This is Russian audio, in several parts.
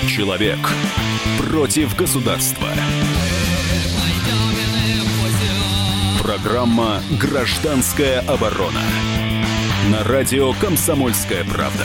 Человек против государства. Программа «Гражданская оборона». На радио «Комсомольская правда».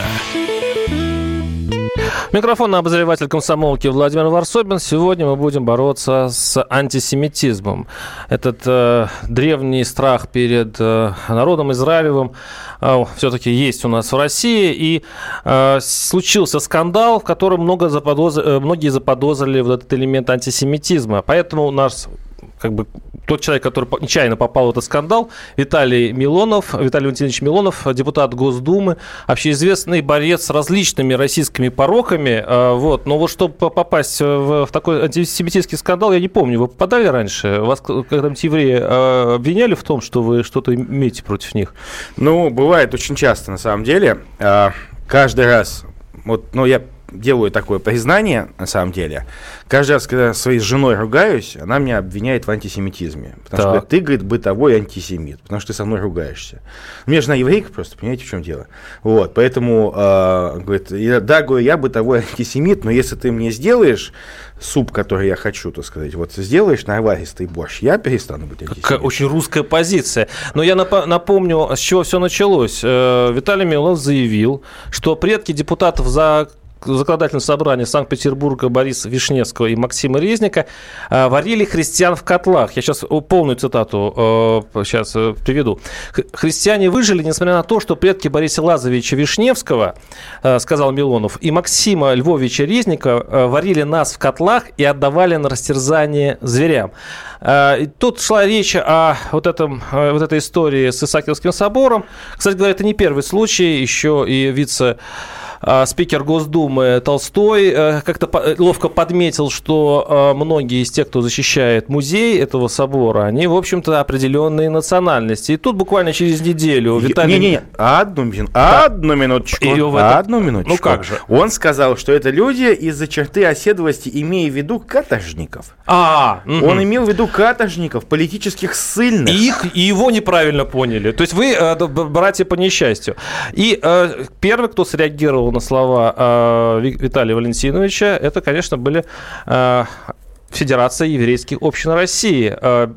Микрофон обозреватель комсомолки Владимир Варсобин. Сегодня мы будем бороться с антисемитизмом. Этот древний страх перед народом Израилевым все-таки есть у нас в России. И случился скандал, в котором многие заподозрили вот этот элемент антисемитизма. Поэтому у нас тот человек, который нечаянно попал в этот скандал, Виталий Валентинович Милонов, депутат Госдумы, общеизвестный борец с различными российскими пороками. Но вот чтобы попасть в такой антисемитский скандал, я не помню, вы попадали раньше? Вас когда-нибудь евреи обвиняли в том, что вы что-то имеете против них? Бывает очень часто, на самом деле. Каждый раз, я делаю такое признание, на самом деле. Каждый раз, когда своей женой ругаюсь, она меня обвиняет в антисемитизме. Потому что ты, говорит, бытовой антисемит, потому что ты со мной ругаешься. У меня жена еврейка просто, понимаете, в чем дело? Поэтому, говорит, я бытовой антисемит, но если ты мне сделаешь суп, который я хочу, так сказать, сделаешь наваристый борщ, я перестану быть антисемитом. Какая очень русская позиция. Но я напомню, с чего все началось. Виталий Милонов заявил, что предки депутатов Законодательного собрания Санкт-Петербурга Бориса Вишневского и Максима Резника варили христиан в котлах. Я сейчас полную цитату приведу. Христиане выжили, несмотря на то, что предки Бориса Лазаревича Вишневского, сказал Милонов, и Максима Львовича Резника варили нас в котлах и отдавали на растерзание зверям. И тут шла речь о этой истории с Исаакиевским собором. Кстати говоря, это не первый случай. Еще и спикер Госдумы Толстой как-то ловко подметил, что многие из тех, кто защищает музей этого собора, они, в общем-то, определенные национальности. И тут буквально через неделю Виталий... Одну минуточку. Ну как же? Он сказал, что это люди из-за черты оседлости, имея в виду каторжников. Он имел в виду каторжников, политических ссыльных. И его неправильно поняли. То есть вы братья по несчастью. И первый, кто среагировал на слова Виталия Валентиновича, это, конечно, были Федерация еврейских общин России.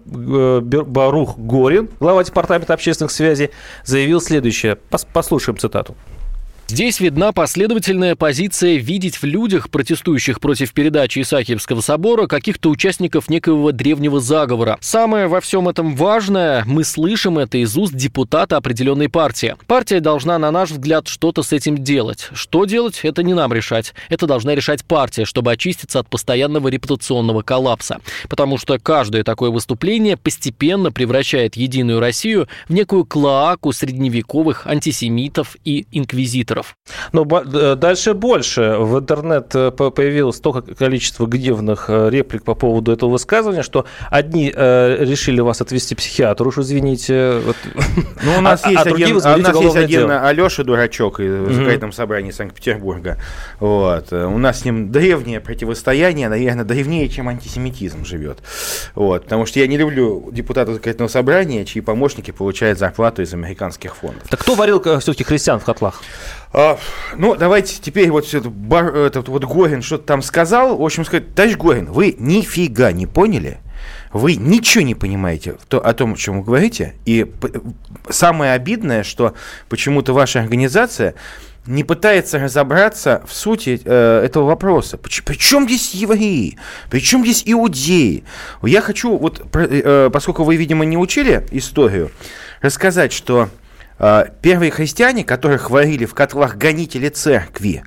Барух Горин, глава департамента общественных связей, заявил следующее. Послушаем цитату. Здесь видна последовательная позиция видеть в людях, протестующих против передачи Исаакиевского собора, каких-то участников некоего древнего заговора. Самое во всем этом важное, мы слышим это из уст депутата определенной партии. Партия должна, на наш взгляд, что-то с этим делать. Что делать, это не нам решать. Это должна решать партия, чтобы очиститься от постоянного репутационного коллапса. Потому что каждое такое выступление постепенно превращает Единую Россию в некую клоаку средневековых антисемитов и инквизиторов. Но дальше больше. В интернет появилось столько количество гневных реплик по поводу этого высказывания, что одни решили вас отвезти к психиатру, уж извините. У нас есть один Алеша Дурачок в законодательном собрании Санкт-Петербурга. У нас с ним древнее противостояние, наверное, древнее, чем антисемитизм живет. Потому что я не люблю депутатов законодательного собрания, чьи помощники получают зарплату из американских фондов. Так кто варил все-таки христиан в котлах? Давайте теперь этот Горин что-то там сказал. В общем, сказать, товарищ Горин, вы нифига не поняли, вы ничего не понимаете о том, о чем вы говорите. И самое обидное, что почему-то ваша организация не пытается разобраться в сути этого вопроса. При чем здесь евреи? При чем здесь иудеи? Я хочу, поскольку вы, видимо, не учили историю, рассказать, что первые христиане, которых варили в котлах гонители церкви,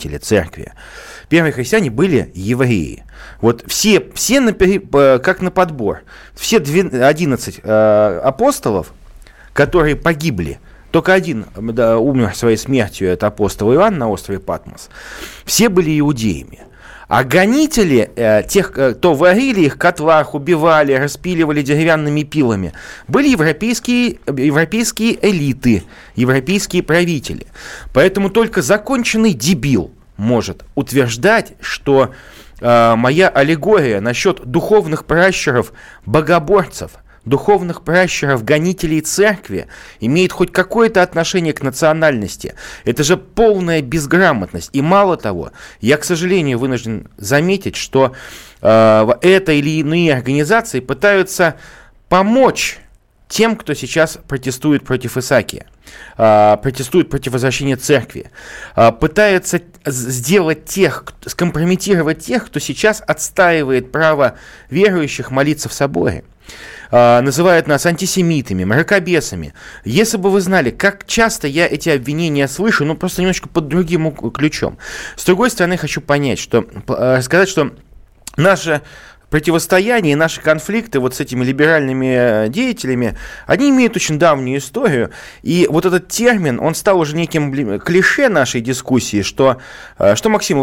первые христиане были евреи. Все как на подбор, все 11 апостолов, которые погибли, только один умер своей смертью, это апостол Иоанн на острове Патмос, все были иудеями. А гонители, тех, кто варили их в котлах, убивали, распиливали деревянными пилами, были европейские элиты, европейские правители. Поэтому только законченный дебил может утверждать, что моя аллегория насчет духовных пращуров, богоборцев, духовных пращуров, гонителей церкви имеет хоть какое-то отношение к национальности. Это же полная безграмотность. И мало того, я, к сожалению, вынужден заметить, что это или иные организации пытаются помочь тем, кто сейчас протестует против Исаакия, протестует против возвращения церкви, пытаются скомпрометировать тех, кто сейчас отстаивает право верующих молиться в соборе. Называют нас антисемитами, мракобесами. Если бы вы знали, как часто я эти обвинения слышу, ну просто немножко под другим ключом. С другой стороны, хочу сказать, что наше противостояние и наши конфликты вот с этими либеральными деятелями, они имеют очень давнюю историю, и вот этот термин, он стал уже неким клише нашей дискуссии, что Максим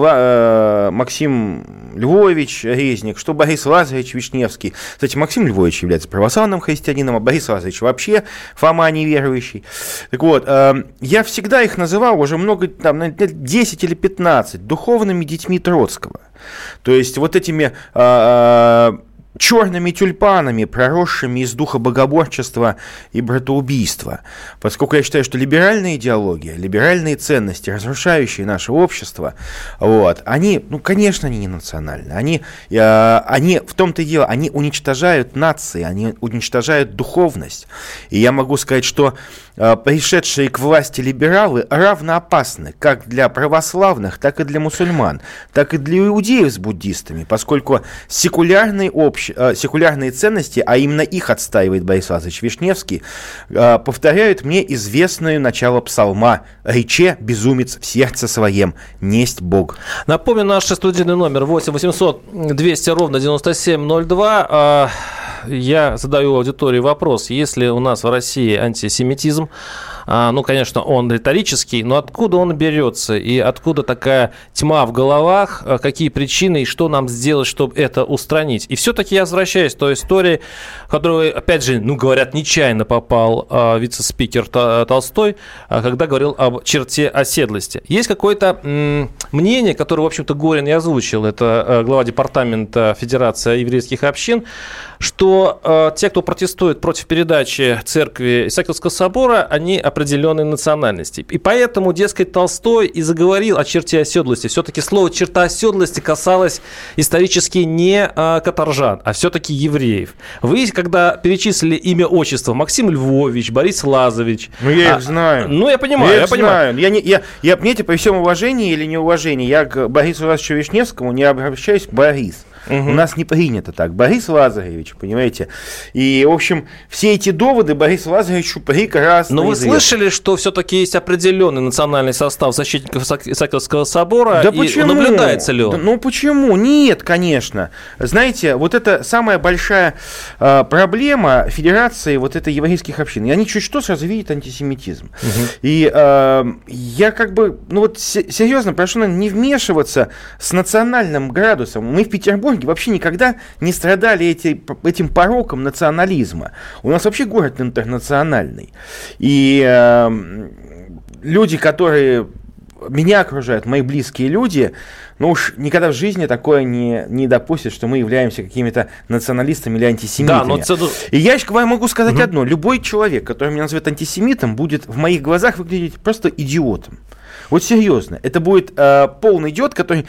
Львович Резник, что Борис Лазаревич Вишневский. Кстати, Максим Львович является православным христианином, а Борис Лазаревич вообще Фома неверующий. Так вот, я всегда их называл уже много, там, 10 или 15 духовными детьми Троцкого. То есть вот этими черными тюльпанами, проросшими из духа богоборчества и братоубийства. Поскольку я считаю, что либеральная идеология, либеральные ценности, разрушающие наше общество, вот, они, ну, конечно, они не национальны. Они, в том-то и дело, они уничтожают нации, они уничтожают духовность. И я могу сказать, что пришедшие к власти либералы равноопасны как для православных, так и для мусульман, так и для иудеев с буддистами, поскольку секулярные ценности, а именно их отстаивает Борис Лазаревич Вишневский, повторяют мне известное начало псалма «Рече, безумец, в сердце своем, несть Бог». Напомню, наш студийный номер 8 800 200 ровно 9702. Я задаю аудитории вопрос, есть ли у нас в России антисемитизм? Ну, конечно, он риторический, но откуда он берется и откуда такая тьма в головах, какие причины и что нам сделать, чтобы это устранить? И все-таки я возвращаюсь к той истории, в которую, опять же, говорят, нечаянно попал вице-спикер Толстой, когда говорил об черте оседлости. Есть какое-то мнение, которое, в общем-то, Горин и озвучил, это глава департамента Федерации еврейских общин, что те, кто протестует против передачи церкви Исаакиевского собора, они определенной национальности. И поэтому, дескать, Толстой и заговорил о черте оседлости. Все-таки слово «черта оседлости» касалось исторически не каторжан, а все-таки евреев. Вы, когда перечислили имя, отчество, Максим Львович, Борис Лазаревич... Ну, я их знаю. Ну, я понимаю, я понимаю. Я, понимаете, при всем уважении или неуважении, я к Борису Лазаревичу Вишневскому не обращаюсь Борис. У нас не принято так. Борис Лазаревич, понимаете? И, в общем, все эти доводы Борису Лазаревичу прекрасно Но вы известны. слышали, что все-таки есть определенный национальный состав защитников Исаакиевского собора? Да и почему? Наблюдается ли он? Да, ну почему? Нет, конечно. Знаете, вот это самая большая проблема Федерации вот этой еврейских общин. И они чуть что сразу видят антисемитизм. И я как бы, ну вот серьезно прошу не вмешиваться с национальным градусом. Мы в Петербурге вообще никогда не страдали этим пороком национализма. У нас вообще город интернациональный. И люди, которые меня окружают, мои близкие люди, ну уж никогда в жизни такое не допустят, что мы являемся какими-то националистами или антисемитами. Да, и я еще могу сказать одно. Любой человек, который меня назовет антисемитом, будет в моих глазах выглядеть просто идиотом. Вот серьезно, это будет полный идиот, который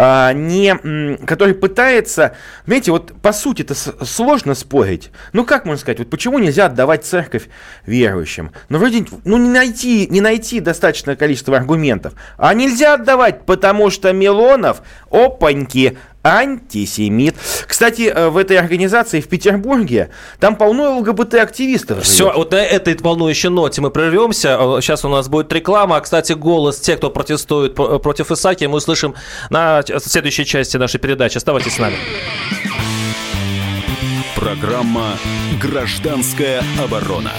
пытается, знаете, вот по сути это сложно спорить. Ну как можно сказать, вот почему нельзя отдавать церковь верующим? Ну вроде, не найти достаточное количество аргументов. А нельзя отдавать, потому что Милонов, опаньки, антисемит. Кстати, в этой организации в Петербурге там полно ЛГБТ-активистов. Все, вот на этой волнующей ноте мы прервемся. Сейчас у нас будет реклама. Кстати, голос тех, кто протестует против Исаакия, мы услышим на следующей части нашей передачи. Оставайтесь с нами. Программа «Гражданская оборона».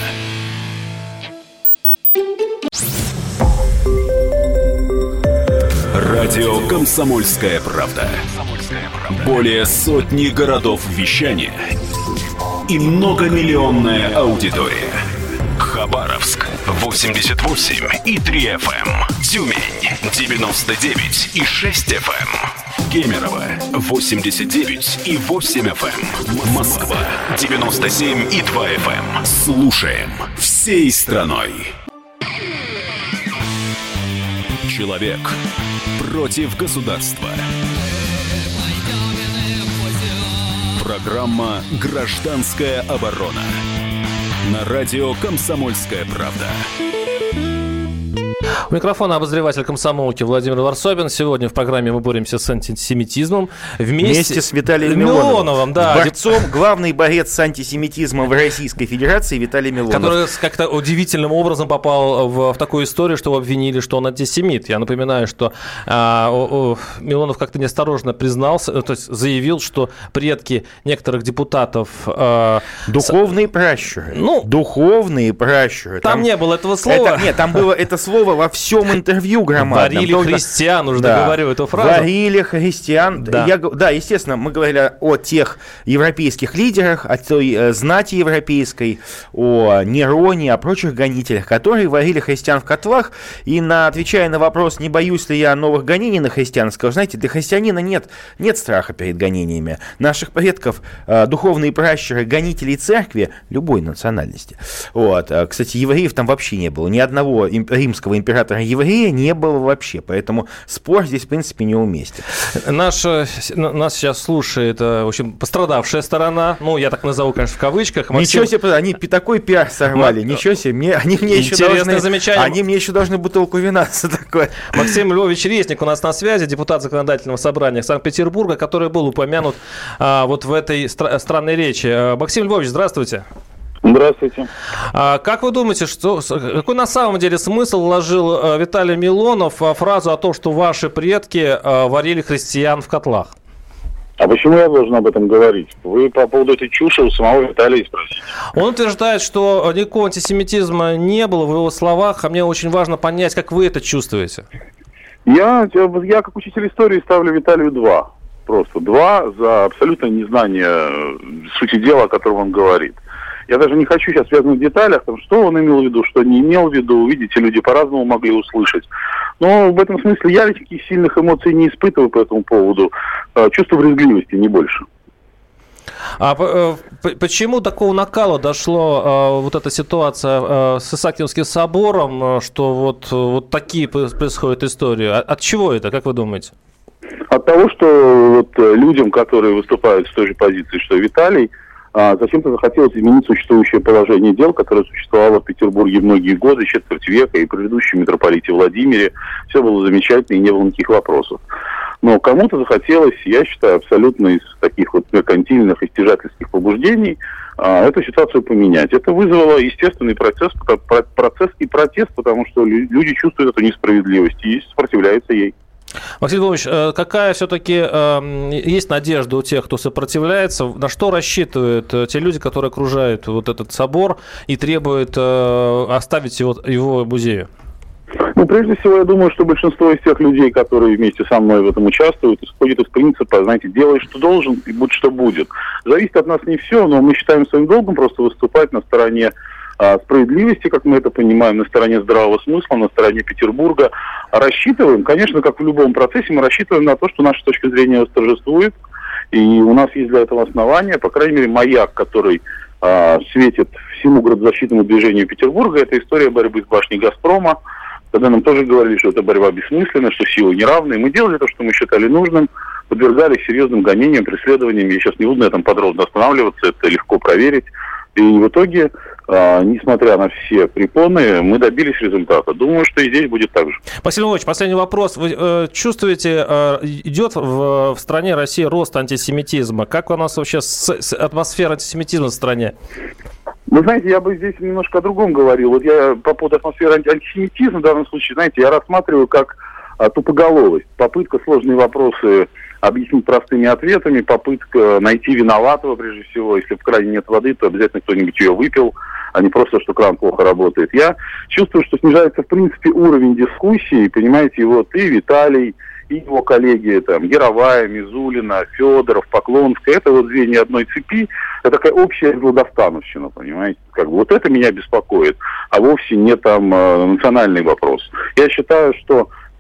Радио «Комсомольская правда». Более сотни городов вещания и многомиллионная аудитория. Хабаровск 88,3 FM, Тюмень 99,6 FM, Кемерово 89 и 8 FM. Москва 97 и 2 FM. Слушаем всей страной. Человек против государства. Программа «Гражданская оборона». На радио «Комсомольская правда». У микрофона обозреватель комсомолки Владимир Варсобин. Сегодня в программе мы боремся с антисемитизмом вместе с Виталием Милоновым. Да. Борцом, главный борец с антисемитизмом в Российской Федерации Виталий Милонов. Который как-то удивительным образом попал в такую историю, что его обвинили, что он антисемит. Я напоминаю, что Милонов как-то неосторожно признался, то есть заявил, что предки некоторых депутатов... Духовные пращуры. Духовные пращуры. Там не было этого слова. Там было это слово во всем интервью громадном. Варили христиан, уже договорю эту фразу. Варили христиан. Да, естественно, мы говорили о тех европейских лидерах, о той знати европейской, о Нероне, о прочих гонителях, которые варили христиан в котлах. И отвечая на вопрос, не боюсь ли я новых гонений на христиан, сказал, знаете, для христианина нет страха перед гонениями. Наших предков, духовные пращуры, гонителей церкви любой национальности. Кстати, евреев там вообще не было. Ни одного римского императора-еврея не было вообще, поэтому спор здесь, в принципе, неуместен. Нас сейчас слушает, в общем, пострадавшая сторона, я так назову, конечно, в кавычках. Ничего себе, они такой пиар сорвали, ничего себе, они мне еще должны бутылку вина за такое. Максим Львович Резник у нас на связи, депутат Законодательного собрания Санкт-Петербурга, который был упомянут вот в этой странной речи. Максим Львович, здравствуйте. Здравствуйте. Как вы думаете, какой на самом деле смысл вложил Виталий Милонов в фразу о том, что ваши предки варили христиан в котлах? А почему я должен об этом говорить? Вы по поводу этой чуши у самого Виталия спросите. Он утверждает, что никакого антисемитизма не было в его словах, а мне очень важно понять, как вы это чувствуете. Я как учитель истории ставлю Виталию 2. Просто 2 за абсолютное незнание сути дела, о котором он говорит. Я даже не хочу сейчас связывать в деталях, что он имел в виду, что не имел в виду. Видите, люди по-разному могли услышать. Но в этом смысле я таких сильных эмоций не испытываю по этому поводу. Чувство брезгливости, не больше. А почему такого накала дошло вот эта ситуация с Исаакиевским собором, что вот такие происходят истории? От чего это, как вы думаете? От того, что людям, которые выступают с той же позиции, что и Виталий, зачем-то захотелось изменить существующее положение дел, которое существовало в Петербурге многие годы, четверть века, и предыдущем митрополите Владимире. Все было замечательно, и не было никаких вопросов. Но кому-то захотелось, я считаю, абсолютно из таких меркантильных и стяжательских побуждений эту ситуацию поменять. Это вызвало естественный процесс и протест, потому что люди чувствуют эту несправедливость и сопротивляются ей. Максим Львович, какая все-таки есть надежда у тех, кто сопротивляется? На что рассчитывают те люди, которые окружают вот этот собор и требуют оставить его музею? Прежде всего, я думаю, что большинство из тех людей, которые вместе со мной в этом участвуют, исходит из принципа, знаете, делай, что должен, и будь, что будет. Зависит от нас не все, но мы считаем своим долгом просто выступать на стороне справедливости, как мы это понимаем, на стороне здравого смысла, на стороне Петербурга. Рассчитываем, конечно, как в любом процессе, мы рассчитываем на то, что наша точка зрения восторжествует, и у нас есть для этого основания, по крайней мере, маяк, который светит всему градозащитному движению Петербурга, это история борьбы с башней «Газпрома». Тогда нам тоже говорили, что эта борьба бессмысленна, что силы неравны. Мы делали то, что мы считали нужным, подвергались серьезным гонениям, преследованиям. Я сейчас не буду на этом подробно останавливаться, это легко проверить. И в итоге, несмотря на все препоны, мы добились результата. Думаю, что и здесь будет так же. Максим Львович, последний вопрос. Вы чувствуете, идет в стране России рост антисемитизма? Как у нас вообще атмосфера антисемитизма в стране? Вы знаете, я бы здесь немножко о другом говорил. Вот я по поводу атмосферы антисемитизма в данном случае, знаете, я рассматриваю как тупоголовость. Попытка сложные вопросы объяснить простыми ответами, попытка найти виноватого, прежде всего. Если в кране нет воды, то обязательно кто-нибудь ее выпил, а не просто, что кран плохо работает. Я чувствую, что снижается, в принципе, уровень дискуссии. Понимаете, и вот и Виталий, и его коллеги, там, Яровая, Мизулина, Федоров, Поклонская, это вот звенья одной цепи, это такая общая злодостановщина, понимаете, как бы вот это меня беспокоит, а вовсе не там национальный вопрос. Я считаю, что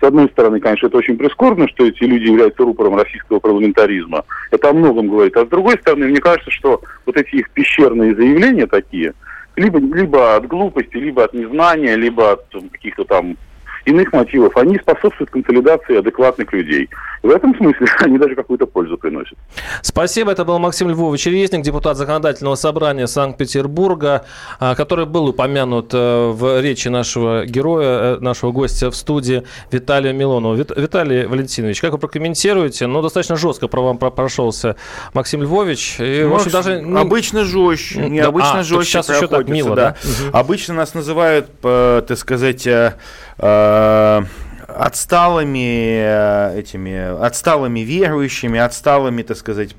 С одной стороны, конечно, это очень прискорбно, что эти люди являются рупором российского парламентаризма. Это о многом говорит. А с другой стороны, мне кажется, что вот эти их пещерные заявления такие, либо от глупости, либо от незнания, либо от каких-то там иных мотивов, они способствуют консолидации адекватных людей. В этом смысле они даже какую-то пользу приносят. Спасибо. Это был Максим Львович Резник, депутат Законодательного собрания Санкт-Петербурга, который был упомянут в речи нашего героя, нашего гостя в студии Виталия Милонова. Виталий Валентинович, как вы прокомментируете? Ну, достаточно жестко про вам прошелся Максим Львович. И, в общем, даже, обычно жестче. Необычно жестче. Сейчас еще так мило, да? Угу. Обычно нас называют, так сказать, отсталыми верующими, отсталыми, так сказать,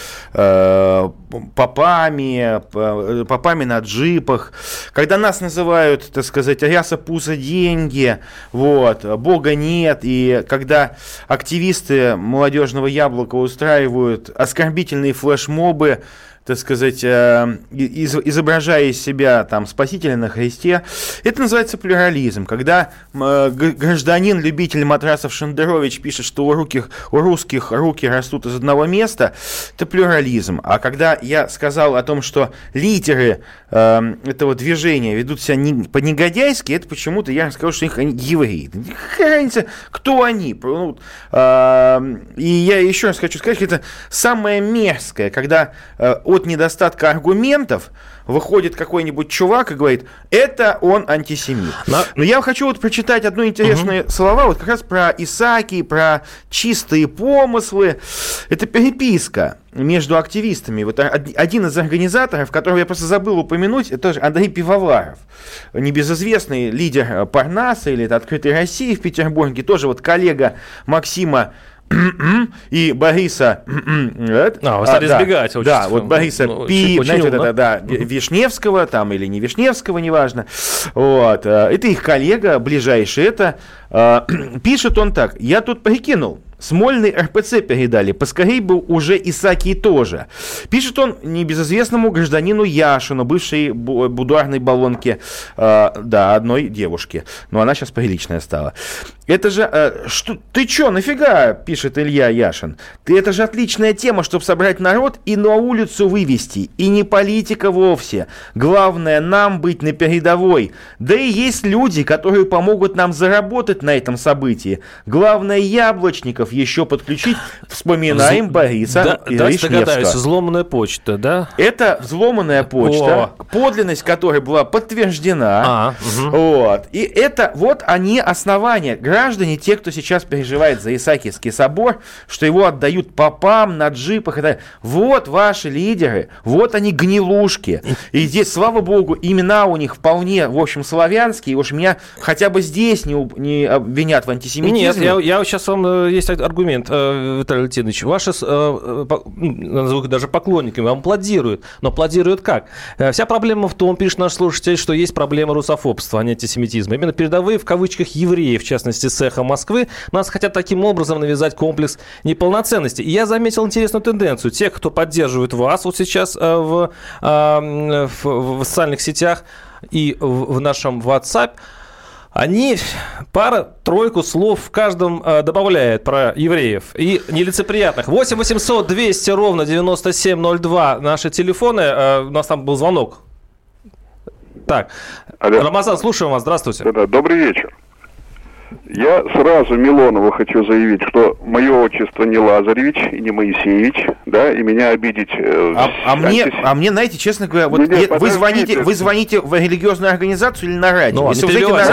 попами на джипах. Когда нас называют, так сказать, ряса пузо деньги, вот, Бога нет, и когда активисты молодежного яблока устраивают оскорбительные флешмобы, так сказать, изображая из себя там спасителя на Христе, это называется плюрализм. Когда гражданин, любитель матрасов Шендерович пишет, что у русских руки растут из одного места, это плюрализм. А когда я сказал о том, что лидеры этого движения ведут себя по-негодяйски, это почему-то я сказал, что они евреи. Какая разница, кто они? И я еще раз хочу сказать, что это самое мерзкое, когда от недостатка аргументов выходит какой-нибудь чувак и говорит, это он антисемит. Но я хочу вот прочитать одно интересное слова, вот как раз про Исааки, про чистые помыслы. Это переписка между активистами. Вот один из организаторов, которого я просто забыл упомянуть, это тоже Андрей Пивоваров, небезызвестный лидер Парнаса или Открытой России в Петербурге, тоже вот коллега Максима и Бориса вы стали избегать отчества. Да, вот Бориса Вишневского там, или не Вишневского, неважно. Вот. Это их коллега ближайший. Это пишет он так: я тут прикинул, Смольный РПЦ передали, поскорей бы уже Исаакий тоже. Пишет он небезызвестному гражданину Яшину, бывшей будуарной баллонке, одной девушке. Но она сейчас приличная стала. Это же... ты чё, нафига, пишет Илья Яшин. Это же отличная тема, чтобы собрать народ и на улицу вывести. И не политика вовсе. Главное, нам быть на передовой. Да и есть люди, которые помогут нам заработать на этом событии. Главное, яблочников еще подключить. Вспоминаем Бориса Вишневского. Догадаюсь, взломанная почта, да? Это взломанная почта, подлинность которой была подтверждена. Вот. И это вот они основания. Граждане, те, кто сейчас переживает за Исаакиевский собор, что его отдают попам на джипах и так далее. Вот ваши лидеры, вот они гнилушки. И здесь, слава богу, имена у них вполне, в общем, славянские. Уж меня хотя бы здесь не обвинят в антисемитизме. Нет, я сейчас вам есть аргумент, Виталий Валентинович. Ваши, назову их даже поклонниками, вам аплодируют. Но аплодируют как? Вся проблема в том, пишет наш слушатель, что есть проблема русофобства, а не антисемитизма. Именно передовые, в кавычках, евреи, в частности, с «Эхо Москвы», нас хотят таким образом навязать комплекс неполноценности. И я заметил интересную тенденцию. Те, кто поддерживает вас вот сейчас в социальных сетях и в нашем WhatsApp, они пара-тройку слов в каждом добавляют про евреев и нелицеприятных. 8 800 200 ровно 9702 наши телефоны. У нас там был звонок. Так, алло. Рамазан, слушаем вас. Здравствуйте. Да, добрый вечер. Я сразу Милонову хочу заявить, что мое отчество не Лазаревич и не Моисеевич, да, и меня обидеть... мне, знаете, честно говоря, вот вы звоните в религиозную организацию или на радио? Если вы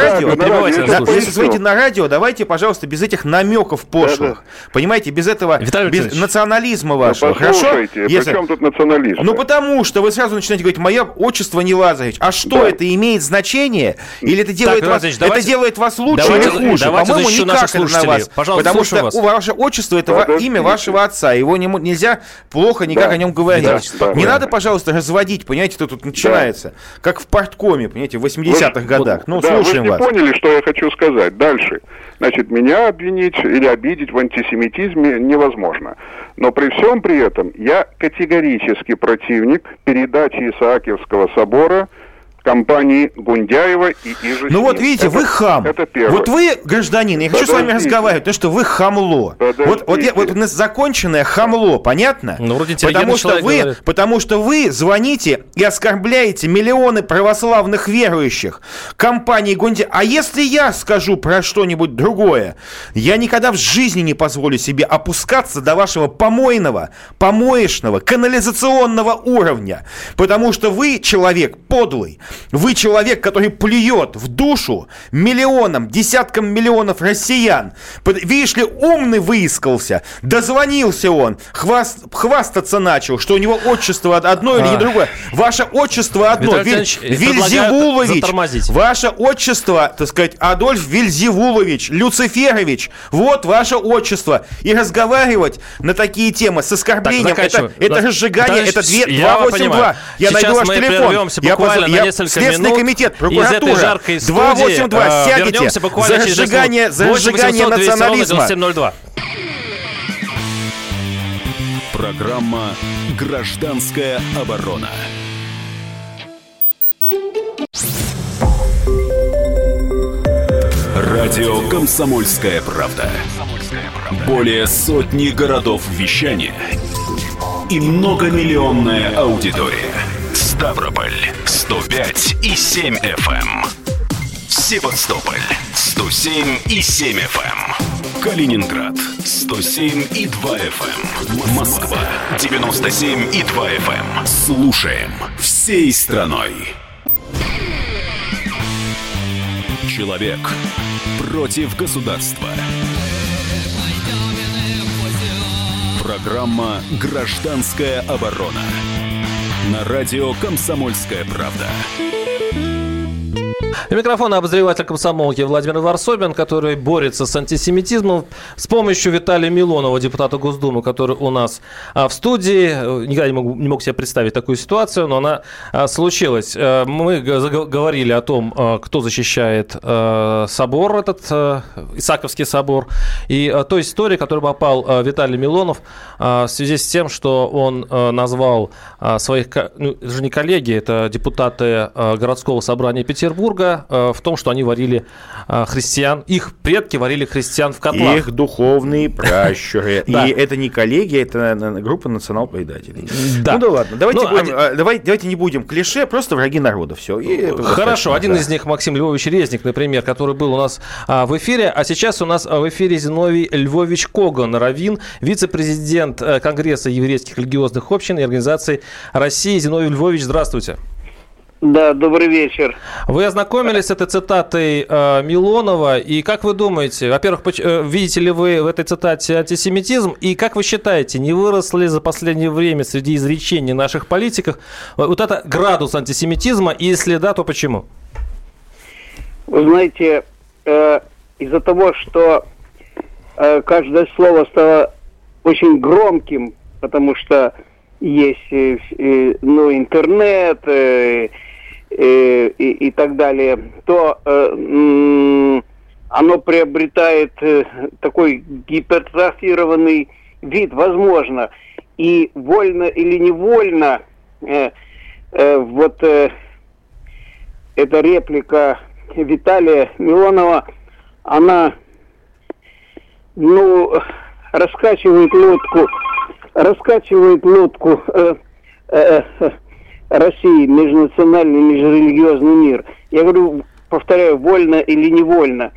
звоните на радио, давайте, пожалуйста, без этих намеков пошлых. Да. Понимаете, без этого, без национализма вашего. Послушайте, при чем тут национализм? Ну, потому что вы сразу начинаете говорить, мое отчество не Лазаревич. А что, это имеет значение? Или это делает вас лучше или хуже? По-моему, никак это на вас. Потому что ваше отчество — это имя вашего отца. Его нельзя плохо никак о нем говорить. Не надо, пожалуйста, разводить, понимаете, что тут начинается. Как в парткоме, понимаете, в 80-х годах. Слушаем вас. Вы не поняли, что я хочу сказать. Дальше. Значит, меня обвинить или обидеть в антисемитизме невозможно. Но при всем при этом я категорически противник передачи Исаакиевского собора компании Гундяева и Иже с Ну вот ним. видите, вы хам. Это первое. Вот вы, гражданин, я хочу с вами разговаривать, потому что вы хамло. Вот у нас законченное хамло, понятно? Ну, вроде интеллигентный человек говорит. Потому что вы звоните и оскорбляете миллионы православных верующих компании Гундяева. А если я скажу про что-нибудь другое, я никогда в жизни не позволю себе опускаться до вашего помоечного, канализационного уровня. Потому что вы человек подлый. Вы человек, который плюет в душу миллионам, десяткам миллионов россиян. Видишь ли, умный выискался, дозвонился он, хвастаться начал, что у него отчество одно или не другое. Ваше отчество одно, Вельзевулович. Ваше отчество, так сказать, Адольф Вельзевулович, Люциферович. Вот ваше отчество. И разговаривать на такие темы с оскорблением, это разжигание, это 282. Я найду ваш телефон. Следственный комитет, прокуратура, 282, сядете за разжигание национализма. Программа «Гражданская оборона». Радио «Комсомольская правда». Более сотни городов вещания и многомиллионная аудитория. Ставрополь 105,7 FM. Севастополь 107,7 FM. Калининград 107,2 FM. Москва 97,2 FM. Слушаем всей страной. Человек против государства. Программа «Гражданская оборона». На радио «Комсомольская правда». У микрофона обозреватель комсомолки Владимир Варсобин, который борется с антисемитизмом с помощью Виталия Милонова, депутата Госдумы, который у нас в студии. Никогда не мог себе представить такую ситуацию, но она случилась. Мы говорили о том, кто защищает собор, этот Исааковский собор, и той истории, в которую попал Виталий Милонов в связи с тем, что он назвал своих, ну, это же не коллеги, это депутаты городского собрания Петербурга, в том, что они варили христиан, их предки варили христиан в котлах. Их духовные пращуры. И это не коллеги, это группа национал-предателей. Ну да ладно, давайте не будем клише, просто враги народа, все. Хорошо, один из них Максим Львович Резник, например, который был у нас в эфире, а сейчас у нас в эфире Зиновий Львович Коган, раввин, вице-президент Конгресса еврейских религиозных общин и организаций России. Зиновий Львович, здравствуйте. Да, добрый вечер. Вы ознакомились с этой цитатой Милонова, и как вы думаете, во-первых, видите ли вы в этой цитате антисемитизм, и как вы считаете, не вырос ли за последнее время среди изречений наших политиков вот это градус антисемитизма, и если да, то почему? Вы знаете, из-за того, что каждое слово стало очень громким, потому что есть интернет и так далее, то оно приобретает такой гипертрофированный вид, возможно, и вольно или невольно эта реплика Виталия Милонова, она раскачивает лодку России, межнациональный, межрелигиозный мир. Я говорю, повторяю, вольно или невольно.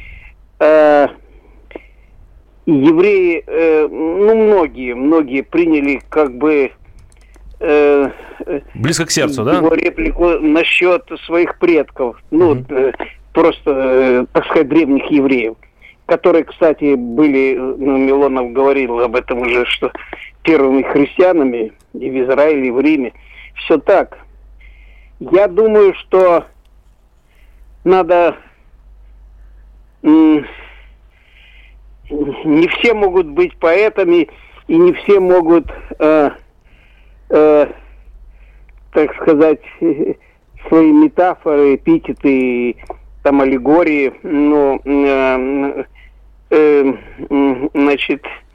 Евреи, многие приняли как бы близко к сердцу, да? Его реплику насчет своих предков, просто, так сказать, древних евреев, которые, кстати, были, Милонов говорил об этом уже, что первыми христианами и в Израиле, и в Риме. Все так. Я думаю, что надо... Не все могут быть поэтами, и не все могут, так сказать, свои метафоры, эпитеты, там, аллегории,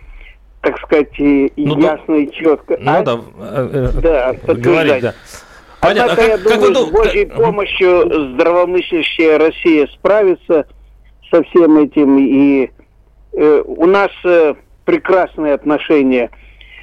так сказать, ясно и четко. Говорить, да. Понятно. Однако, я думаю, с Божьей помощью здравомыслящая Россия справится со всем этим. И у нас прекрасные отношения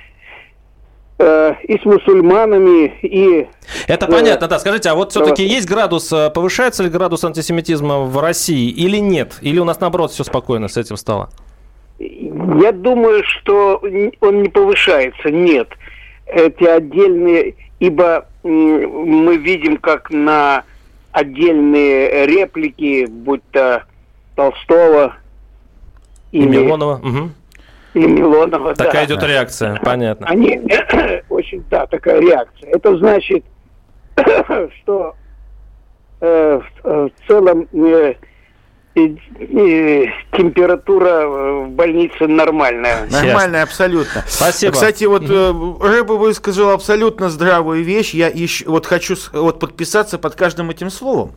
и с мусульманами, и... Это понятно, да. Скажите, а вот все-таки есть градус, повышается ли градус антисемитизма в России или нет? Или у нас, наоборот, все спокойно с этим стало? Я думаю, что он не повышается, нет. Эти отдельные... Ибо мы видим, как на отдельные реплики, будь то Толстого и Милонова. Угу. И Милонова, такая идет реакция, понятно. Они очень, такая реакция. Это значит, что в целом температура в больнице нормальная. Нормальная, абсолютно. Спасибо. Кстати, вот Рыба высказал абсолютно здравую вещь. Я еще хочу подписаться под каждым этим словом.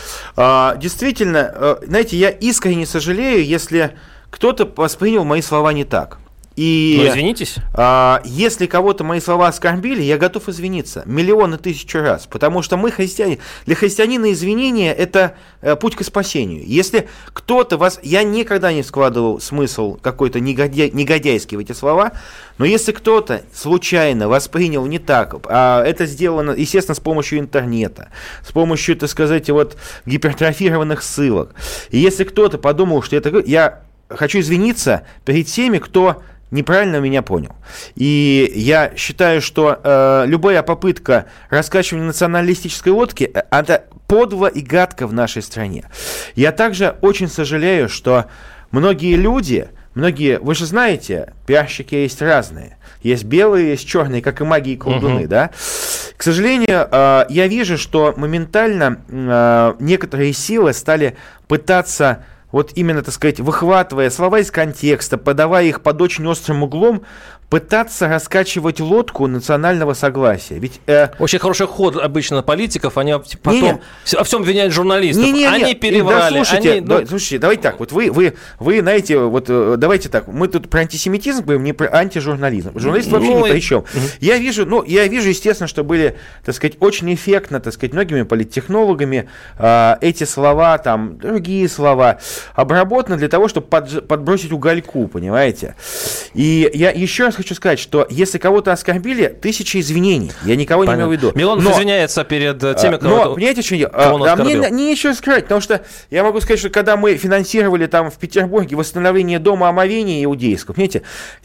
Действительно, знаете, я искренне сожалею, если кто-то воспринял мои слова не так. И извинитесь. Если кого-то мои слова оскорбили, я готов извиниться миллионы, тысячу раз, потому что мы христиане. Для христианина извинение – это путь к спасению. Если кто-то вас... Я никогда не складывал смысл какой-то негодяйский в эти слова, но если кто-то случайно воспринял не так, это сделано, естественно, с помощью интернета, с помощью, так сказать, вот гипертрофированных ссылок. И если кто-то подумал, что это... Я хочу извиниться перед теми, кто неправильно меня понял. И я считаю, что любая попытка раскачивания националистической лодки – это подло и гадко в нашей стране. Я также очень сожалею, что многие люди, вы же знаете, пиарщики есть разные. Есть белые, есть черные, как и маги и колдуны, да? К сожалению, я вижу, что моментально некоторые силы стали пытаться... Вот именно, так сказать, выхватывая слова из контекста, подавая их под очень острым углом, пытаться раскачивать лодку национального согласия. Ведь, очень хороший ход обычно политиков, они потом во всем обвиняют журналистов. Они переврали. Слушайте, давайте так, вот вы знаете, вот давайте так, мы тут про антисемитизм говорим, не про антижурнализм. Журналисты вообще ни при чем. Я вижу, естественно, что были, так сказать, очень эффектно, так сказать, многими политтехнологами эти слова, там, другие слова обработаны для того, чтобы подбросить угольку, понимаете? И я еще раз хочу сказать, что если кого-то оскорбили, тысячи извинений. Я никого не имею в виду. Милонов извиняется перед теми, кого понимаете, что мне нечего сказать, потому что я могу сказать, что когда мы финансировали там в Петербурге восстановление дома омовения иудейского, понимаете,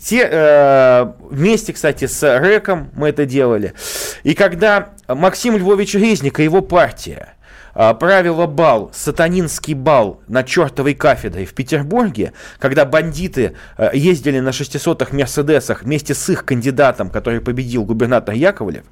вместе, кстати, с РЭКом мы это делали, и когда Максим Львович Резник и его партия правила бал, сатанинский бал на чертовой кафедре в Петербурге, когда бандиты ездили на 600-х Мерседесах вместе с их кандидатом, который победил, губернатор Яковлев,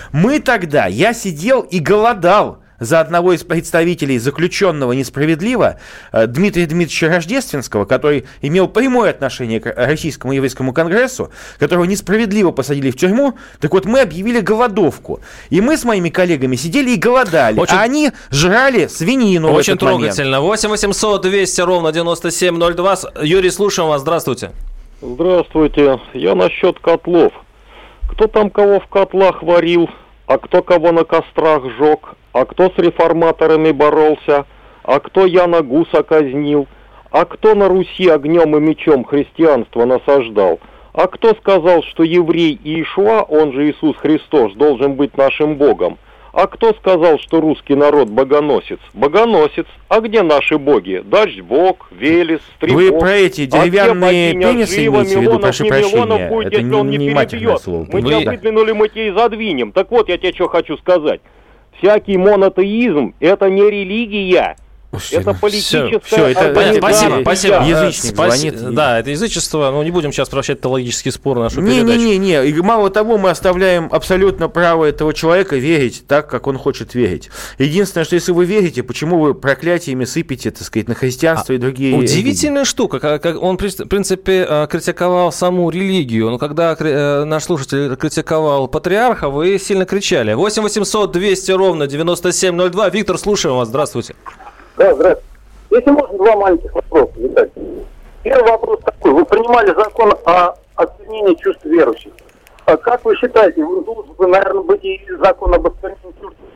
я сидел и голодал за одного из представителей заключенного несправедливо, Дмитрия Дмитриевича Рождественского, который имел прямое отношение к Российскому еврейскому конгрессу, которого несправедливо посадили в тюрьму. Так вот, мы объявили голодовку. И мы с моими коллегами сидели и голодали, а они жрали свинину в этот момент. Очень трогательно. 8 800 200 ровно 9702. Юрий, слушаем вас. Здравствуйте. Здравствуйте. Я насчет котлов. Кто там кого в котлах варил, а кто кого на кострах жег, а кто с реформаторами боролся, а кто Яна Гуса казнил, а кто на Руси огнем и мечом христианство насаждал, а кто сказал, что еврей Иешуа, он же Иисус Христос, должен быть нашим Богом, а кто сказал, что русский народ богоносец? Богоносец. А где наши боги? Дождь-бог, Велес, Стрибог. Вы про эти деревянные пенисы имеете в виду, прошу прощения? Будет, это не матерное слово. Мы тебя выдвинули, мы тебя и задвинем. Так вот, я тебе что хочу сказать. Всякий монотеизм – это не религия. Это политическое... Все, это спасибо. Язычество. Да, это язычество. Но не будем сейчас превращать теологический спор в нашу передачу. Не. И мало того, мы оставляем абсолютно право этого человека верить так, как он хочет верить. Единственное, что если вы верите, почему вы проклятиями сыпете, так сказать, на христианство и другие... Удивительная штука. Как он, в принципе, критиковал саму религию. Но когда наш слушатель критиковал патриарха, вы сильно кричали. 8 800 200 ровно 9702. Виктор, слушаем вас. Здравствуйте. Да, здравствуйте. Если можно, два маленьких вопроса, Виталий. Первый вопрос такой. Вы принимали закон о осквернении чувств верующих. Как вы считаете, должен бы, наверное, быть и закон об осквернении чувств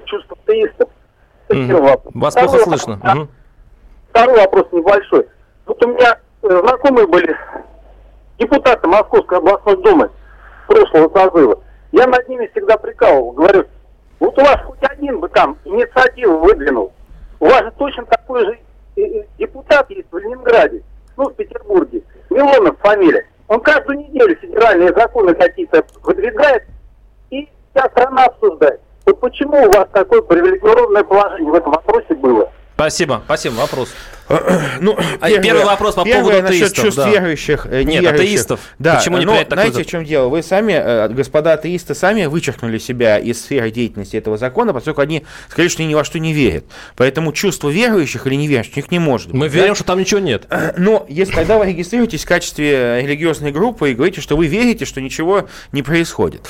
первый вопрос. Вас плохо слышно. Второй вопрос небольшой. Вот у меня знакомые были депутаты Московской областной думы прошлого созыва. Я над ними всегда прикалывал. Говорю, вот у вас хоть один бы там инициативу выдвинул. У вас же точно такой же депутат есть в Ленинграде, в Петербурге. Милонов фамилия. Он каждую неделю федеральные законы какие-то выдвигает, и вся страна обсуждает. Вот почему у вас такое привилегированное положение в этом вопросе было? Спасибо. Вопрос. Первый вопрос по поводу насчет атеистов. чувств верующих, неверующих. Атеистов. Да, почему не принять такой знаете, в чем дело? Вы сами, господа атеисты, сами вычеркнули себя из сферы деятельности этого закона, поскольку они сказали, что они ни во что не верят. Поэтому чувство верующих или неверующих у них не может быть. Мы верим, что там ничего нет. Но если тогда вы регистрируетесь в качестве религиозной группы и говорите, что вы верите, что ничего не происходит.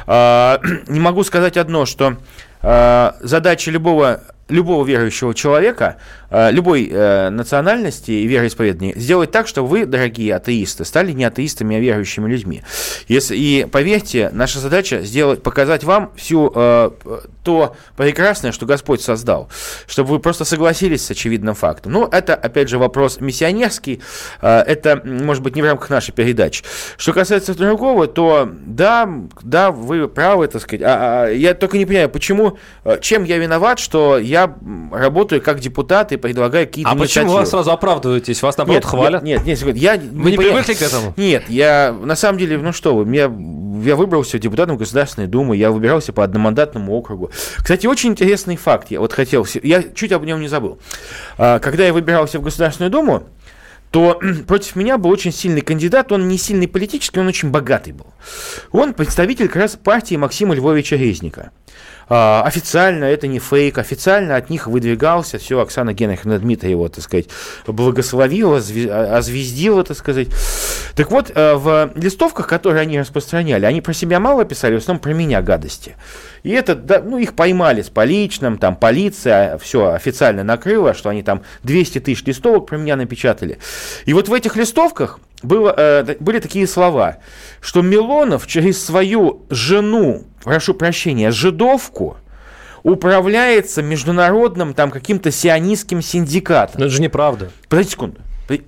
Не могу сказать одно, что задача любого верующего человека, любой национальности и вероисповедания, сделать так, чтобы вы, дорогие атеисты, стали не атеистами, а верующими людьми. И поверьте, наша задача показать вам всю то прекрасное, что Господь создал, чтобы вы просто согласились с очевидным фактом. Но это, опять же, вопрос миссионерский, это, может быть, не в рамках нашей передачи. Что касается другого, то да, вы правы, так сказать. Я только не понимаю, чем я виноват, что я работаю как депутат и предлагаю какие-то инициативы. Почему вы сразу оправдываетесь? Вас, наоборот, хвалят? Нет, вы не привыкли к этому? Нет, я, на самом деле, я выбрался депутатом Государственной Думы, я выбирался по одномандатному округу. Кстати, очень интересный факт, я чуть об нем не забыл. Когда я выбирался в Государственную Думу, то против меня был очень сильный кандидат, он не сильный политический, он очень богатый был. Он представитель как раз партии Максима Львовича Резника. Официально, это не фейк, официально от них выдвигался, все, Оксана Генриховна Дмитриева, так сказать, благословила, озвездила, так сказать. Так вот, в листовках, которые они распространяли, они про себя мало писали, в основном про меня гадости. И это, их поймали с поличным, там полиция все официально накрыла, что они там 200 тысяч листовок про меня напечатали. И вот в этих листовках были такие слова, что Милонов через свою жену, прошу прощения, жидовку, управляется международным там каким-то сионистским синдикатом. Но это же неправда. Подождите секунду.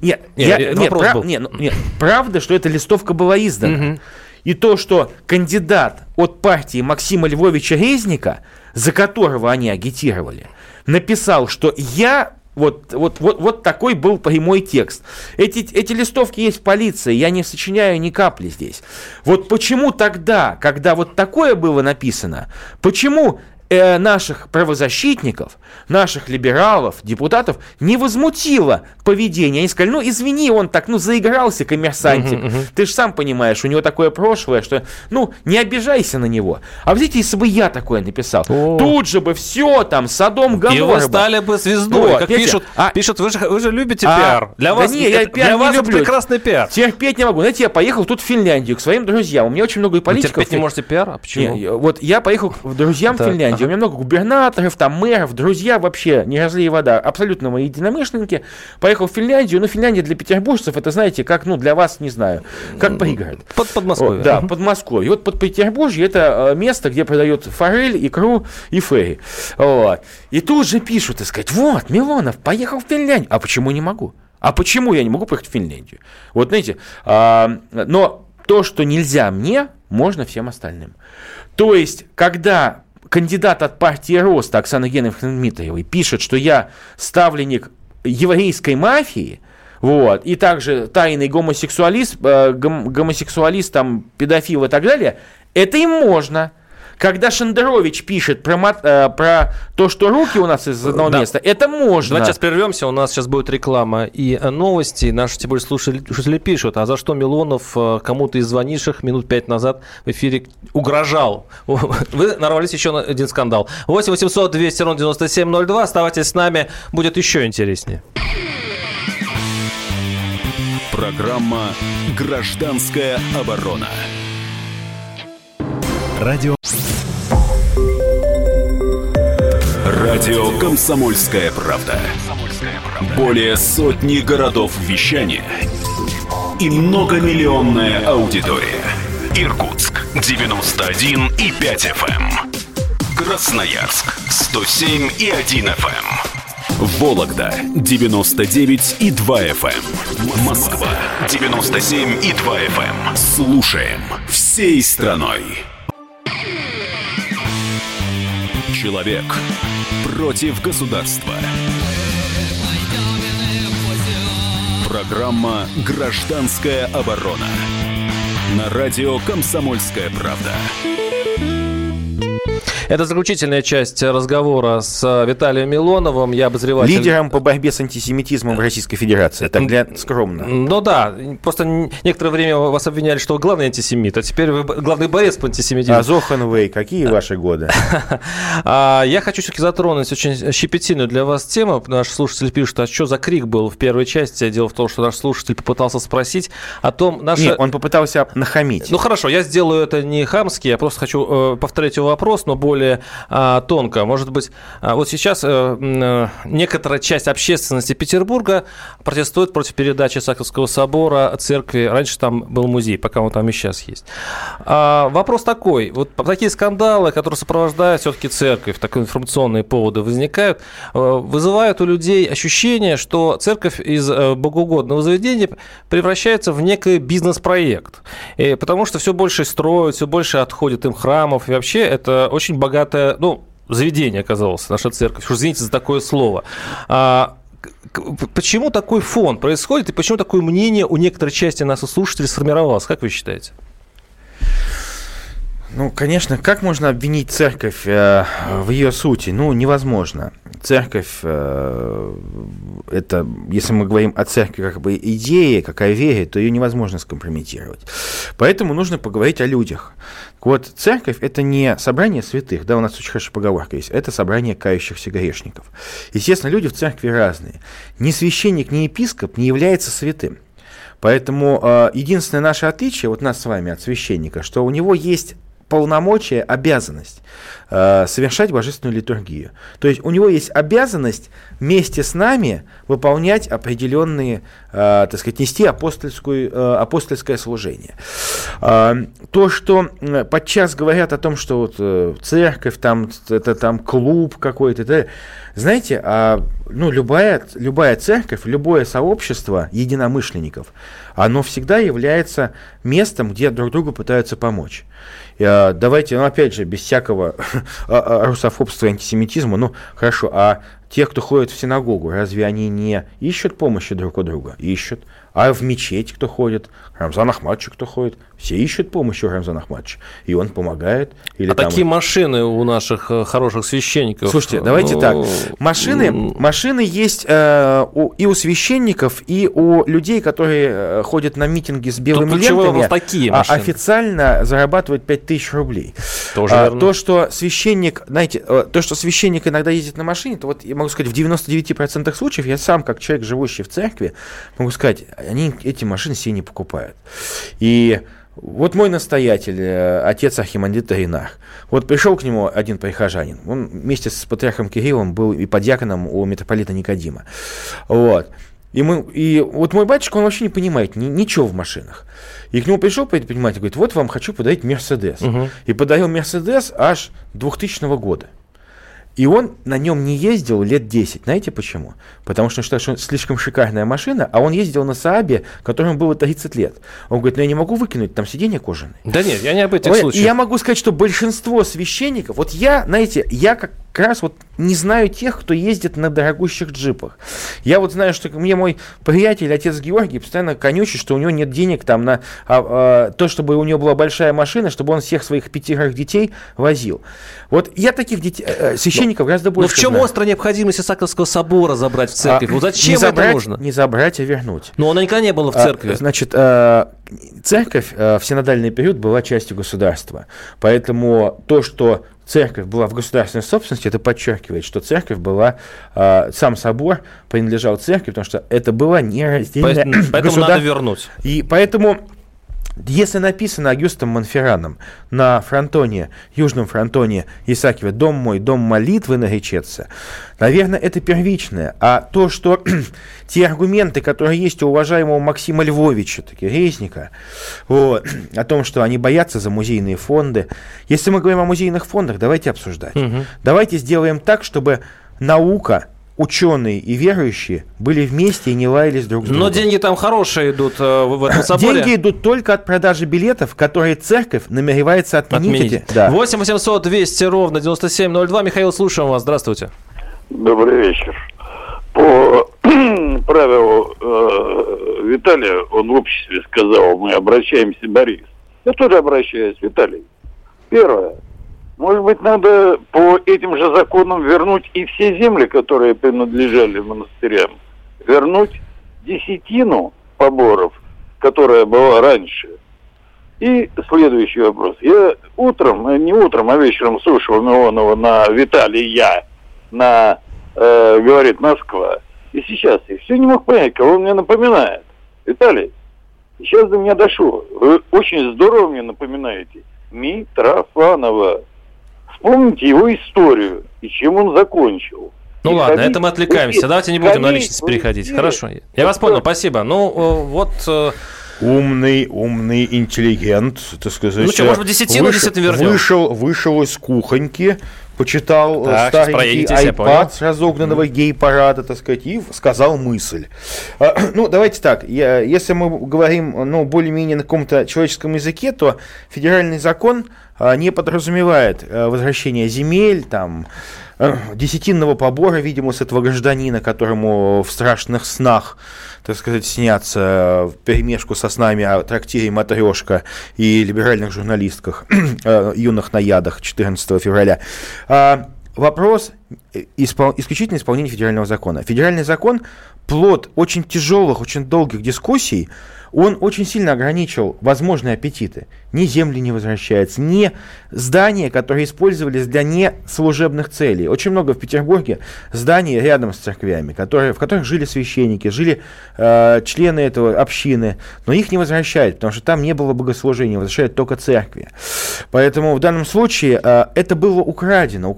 Правда, что эта листовка была издана. Угу. И то, что кандидат от партии Максима Львовича Резника, за которого они агитировали, написал, что я... Вот такой был прямой текст. Эти листовки есть в полиции, я не сочиняю ни капли здесь. Вот почему тогда, когда вот такое было написано, почему наших правозащитников, наших либералов, депутатов не возмутило поведение? Они сказали, извини, он так, заигрался, коммерсантик. Ты же сам понимаешь, у него такое прошлое, что, не обижайся на него. А вот если бы я такое написал, тут же бы все там, Содом, Гоморра. И вы стали бы звездой, как пишут, вы же любите пиар. Для вас это прекрасный пиар. Терпеть не могу. Знаете, я поехал тут в Финляндию к своим друзьям. У меня очень много и политиков. Вы терпеть не можете пиар? А почему? Вот я поехал к друзьям в Финляндию. У меня много губернаторов, там мэров, друзья вообще, не разлей вода, абсолютно мои единомышленники. Поехал в Финляндию, Финляндия для петербуржцев, это, знаете, как, для вас, не знаю, как пригород. Под Подмосковье. Да, Подмосковье. Вот под Петербуржье это место, где продают форель, икру и ферри. Вот. И тут же пишут, так сказать, Милонов поехал в Финляндию. А почему не могу? А почему я не могу поехать в Финляндию? Вот, знаете, но то, что нельзя мне, можно всем остальным. То есть, когда кандидат от партии Роста Оксана Генриховна Дмитриевой пишет, что я ставленник еврейской мафии, и также тайный гомосексуалист, там, педофил и так далее, это им можно. Когда Шендерович пишет про то, что руки у нас из одного места, это можно. Давайте сейчас прервемся, у нас сейчас будет реклама и новости. Наши, тем более, слушатели пишут, а за что Милонов кому-то из звонивших минут 5 назад в эфире угрожал? Вы нарвались еще на один скандал. 8 800 200 ровно 9702. Оставайтесь с нами, будет еще интереснее. Программа «Гражданская оборона». Радио «Комсомольская правда». Более сотни городов вещания и многомиллионная аудитория. Иркутск 91,5 FM. Красноярск 107,1 FM. Вологда 99,2 FM. Москва 97,2 FM. Слушаем всей страной. Человек против государства. Программа «Гражданская оборона». На радио «Комсомольская правда». Это заключительная часть разговора с Виталием Милоновым. Я обозреватель... Лидером по борьбе с антисемитизмом в Российской Федерации. Так для скромно. Ну да, просто некоторое время вас обвиняли, что вы главный антисемит, а теперь вы главный борец по антисемитизму. А Зоханвей, какие ваши годы? Я хочу все-таки затронуть очень щепетильную для вас тему. Наши слушатели пишут, а что за крик был в первой части? Дело в том, что наш слушатель попытался спросить о том... Нет, он попытался нахамить. Ну хорошо, я сделаю это не хамски, я просто хочу повторять его вопрос, но более тонко. Может быть, вот сейчас некоторая часть общественности Петербурга протестует против передачи Исаакиевского собора церкви. Раньше там был музей, пока он там и сейчас есть. Вопрос такой. Вот такие скандалы, которые сопровождают все-таки церковь, такие информационные поводы возникают, вызывают у людей ощущение, что церковь из богоугодного заведения превращается в некий бизнес-проект. Потому что все больше строят, все больше отходит им храмов. И вообще это очень богатое, заведение оказалось, наша церковь. Уж извините за такое слово. Почему такой фон происходит и почему такое мнение у некоторой части наших слушателей сформировалось? Как вы считаете? Конечно, как можно обвинить церковь в ее сути? Невозможно. Церковь, это, если мы говорим о церкви как бы идее, как о вере, то ее невозможно скомпрометировать. Поэтому нужно поговорить о людях. Вот церковь – это не собрание святых, да, у нас очень хорошая поговорка есть, это собрание кающихся грешников. Естественно, люди в церкви разные. Ни священник, ни епископ не является святым. Поэтому единственное наше отличие, вот нас с вами от священника, что у него есть полномочия, обязанность совершать божественную литургию. То есть у него есть обязанность вместе с нами выполнять определенные, нести апостольское служение. То, что подчас говорят о том, что вот церковь, это там клуб какой-то, знаете, любая церковь, любое сообщество единомышленников, оно всегда является местом, где друг другу пытаются помочь. Давайте, опять же, без всякого русофобства и антисемитизма, хорошо, а те, кто ходит в синагогу, разве они не ищут помощи друг у друга? Ищут. А в мечеть кто ходит? Рамзан Ахмадович кто ходит? Все ищут помощи у Рамзана Ахмадовича. И он помогает. Такие машины у наших хороших священников? Слушайте, давайте так. Машины есть и у священников, и у людей, которые ходят на митинги с белыми лентами, официально зарабатывают 5000 рублей. Тоже верно. То, что священник иногда ездит на машине, то вот я могу сказать, в 99% случаев я сам, как человек, живущий в церкви, могу сказать, они эти машины себе не покупают. И вот мой настоятель, отец Архимандрит Ринах, вот пришел к нему один прихожанин, он вместе с патриархом Кириллом был и подьяконом у митрополита Никодима. Вот. И вот мой батюшка, он вообще не понимает ничего в машинах. И к нему пришел предприниматель, говорит, вот вам хочу подарить Мерседес. Угу. И подарил Мерседес аж 2000 года. И он на нем не ездил лет 10. Знаете почему? Потому что он считает, что слишком шикарная машина, а он ездил на Саабе, которому было 30 лет. Он говорит, я не могу выкинуть, там сиденья кожаные. Да нет, я не об этих случаях. И я могу сказать, что большинство священников, вот я как раз вот не знаю тех, кто ездит на дорогущих джипах. Я вот знаю, что мне мой приятель, отец Георгий, постоянно конючит, что у него нет денег там на то, чтобы у него была большая машина, чтобы он всех своих 5 детей возил. Вот я таких священников гораздо больше. Но в чем знаю. Острая необходимость Исааковского собора забрать в церковь? Зачем это нужно? Не забрать, а вернуть. Но она никогда не была в церкви. Церковь в синодальный период была частью государства. Поэтому то, что церковь была в государственной собственности, это подчеркивает, что церковь была, сам собор принадлежал церкви, потому что это было нераздельное Поэтому надо вернуть. И поэтому Если написано Агюстом Монферраном на фронтоне, южном фронтоне Исаакиева «Дом мой, дом молитвы» наречется, наверное, это первичное. А то, что те аргументы, которые есть у уважаемого Максима Львовича, Резника, вот, о том, что они боятся за музейные фонды. Если мы говорим о музейных фондах, давайте обсуждать. Давайте сделаем так, чтобы наука, ученые и верующие были вместе и не лаялись друг с другом. Но деньги там хорошие идут в этом соборе. Деньги идут только от продажи билетов, которые церковь намеревается отменить. Да. 8 800 200 ровно 9702. Михаил, слушаем вас. Здравствуйте. Добрый вечер. По правилу Виталия, он в обществе сказал, мы обращаемся, Борис. Я тоже обращаюсь, Виталий. Первое. Может быть, надо по этим же законам вернуть и все земли, которые принадлежали монастырям. Вернуть десятину поборов, которая была раньше. И следующий вопрос. Я не утром, а вечером слушал Милонова на Виталия, на «Говорит Москва». И сейчас я все не мог понять, кого он мне напоминает. Виталий, сейчас до меня дошло. Вы очень здорово мне напоминаете Митрофанова. Вспомните его историю и чем он закончил. Ну ладно, это мы отвлекаемся. Давайте не будем на личность переходить. Хорошо. Я вас понял, спасибо. Ну, вот... Умный, интеллигент, так сказать. Ну что, может быть, десятину вернем? Вышел из кухоньки, почитал так, старенький iPad с разогнанного гей-парада, так сказать, и сказал мысль. Ну, давайте так, если мы говорим, более-менее на каком-то человеческом языке, то федеральный закон не подразумевает возвращение земель, там, десятинного побора, видимо, с этого гражданина, которому в страшных снах, так сказать, снятся вперемешку со снами о трактире «Матрешка» и либеральных журналистках, юных наядах 14 февраля. Вопрос исключительно исполнения федерального закона. Федеральный закон – плод очень тяжелых, очень долгих дискуссий. Он очень сильно ограничил возможные аппетиты. Ни земли не возвращаются, ни здания, которые использовались для неслужебных целей. Очень много в Петербурге зданий рядом с церквями, в которых жили священники, жили члены этого общины, но их не возвращают, потому что там не было богослужения, возвращают только церкви. Поэтому в данном случае это было украдено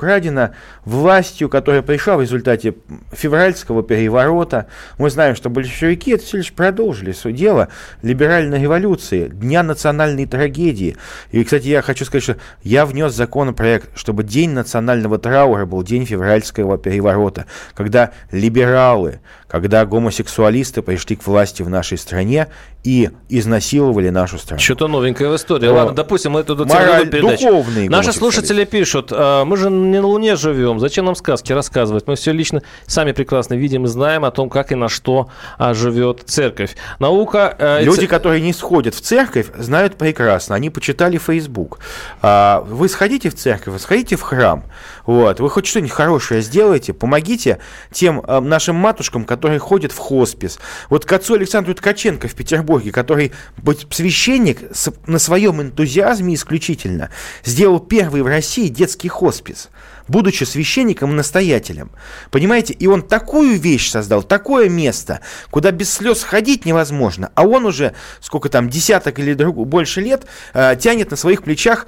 властью, которая пришла в результате февральского переворота. Мы знаем, что большевики это всего лишь продолжили свое дело либеральной революции, Дня национальной трагедии. И, кстати, я хочу сказать, что я внес законопроект, чтобы День национального траура был День февральского переворота, когда либералы, когда гомосексуалисты пришли к власти в нашей стране и изнасиловали нашу страну. Что-то новенькое в истории. Ладно, допустим, мы эту передачу. Наши слушатели пишут, мы же не на Луне живем, зачем нам сказки рассказывать? Мы все лично сами прекрасно видим и знаем о том, как и на что живет церковь. Наука... Люди, которые не сходят в церковь, знают прекрасно. Они почитали Facebook. Вы сходите в церковь, вы сходите в храм. Вот. Вы хоть что-нибудь хорошее сделаете, помогите тем нашим матушкам, которые ходят в хоспис. Вот к отцу Александру Ткаченко в Петербурге, который священник на своем энтузиазме исключительно сделал первый в России детский хоспис, будучи священником и настоятелем. Понимаете, и он такую вещь создал, такое место, куда без слез ходить невозможно, а он уже, сколько там, десяток или больше лет, тянет на своих плечах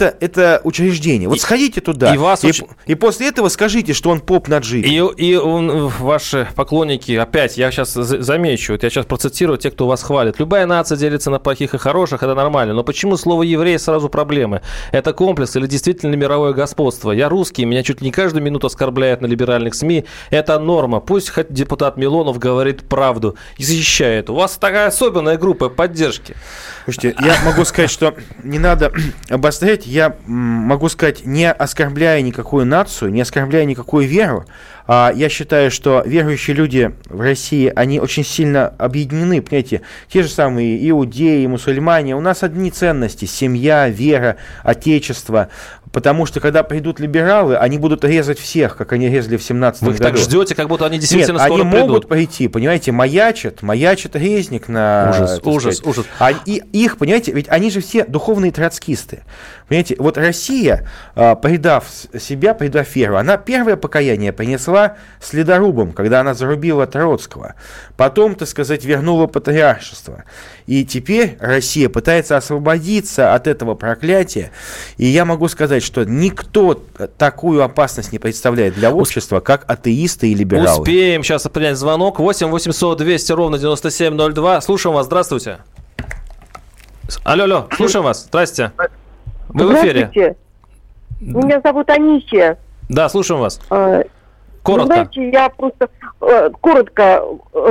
это учреждение. Вот сходите туда, и после этого скажите, что он поп Наджиб. И ваши поклонники, опять, я сейчас замечу, я сейчас процитирую тех, кто вас хвалит. Любая нация делится на плохих и хороших, это нормально, но почему слово «еврей» сразу проблемы? Это комплекс или действительно мировое господство? Я русский, меня чуть ли не каждую минуту оскорбляют на либеральных СМИ. Это норма. Пусть хоть депутат Милонов говорит правду и защищает. У вас такая особенная группа поддержки. Слушайте, я могу сказать, что не надо обострять. Я могу сказать, не оскорбляя никакую нацию, не оскорбляя никакую веру, я считаю, что верующие люди в России, они очень сильно объединены, понимаете, те же самые иудеи, мусульмане, у нас одни ценности, семья, вера, отечество, потому что когда придут либералы, они будут резать всех, как они резали в 17 году. Вы их так ждете, как будто они действительно скоро придут? Нет, они могут прийти, понимаете, маячит резник на... Ужас. И их, понимаете, ведь они же все духовные троцкисты. Понимаете, вот Россия, предав себя, предав веру, она первое покаяние принесла была с ледорубом, когда она зарубила Троцкого. Потом, так сказать, вернула патриаршество. И теперь Россия пытается освободиться от этого проклятия. И я могу сказать, что никто такую опасность не представляет для общества, как атеисты и либералы. Успеем сейчас принять звонок. 8 800 200 ровно 9702. Слушаем вас. Здравствуйте. Алло, слушаем вас. Здрасте. Вы в эфире. Здравствуйте. Меня зовут Анисия. Да, слушаем вас. Коротко. Знаете, я просто коротко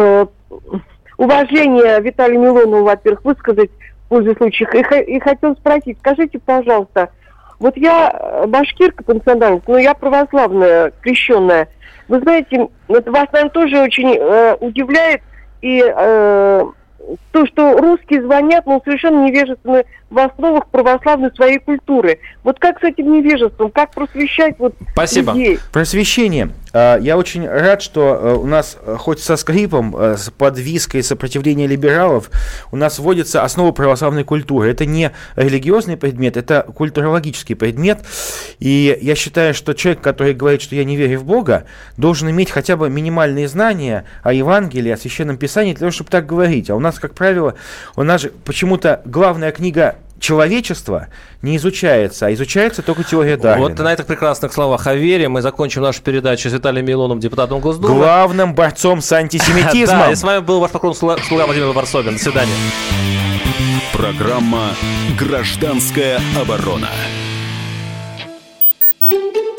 уважение Виталию Милонову, во-первых, высказать в пользу случая. И хотел спросить, скажите, пожалуйста, вот я башкирка по национальности, но я православная, крещенная. Вы знаете, вас, наверное, тоже очень удивляет и то, что русские звонят, но совершенно невежественны в основах православной своей культуры. Вот как с этим невежеством, как просвещать Спасибо. людей? Просвещение. Я очень рад, что у нас хоть со скрипом, с подвиской сопротивления либералов, у нас вводится основа православной культуры. Это не религиозный предмет, это культурологический предмет. И я считаю, что человек, который говорит, что я не верю в Бога, должен иметь хотя бы минимальные знания о Евангелии, о Священном Писании, для того, чтобы так говорить. А у нас, как правило, у нас же почему-то главная книга человечества не изучается, а изучается только теория Дарвина. Вот на этих прекрасных словах о вере мы закончим нашу передачу с Виталием Милоновым, депутатом Госдумы. Главным борцом с антисемитизмом. Да, и с вами был ваш покорный слуга Владимир Варсобин. До свидания. Программа «Гражданская оборона».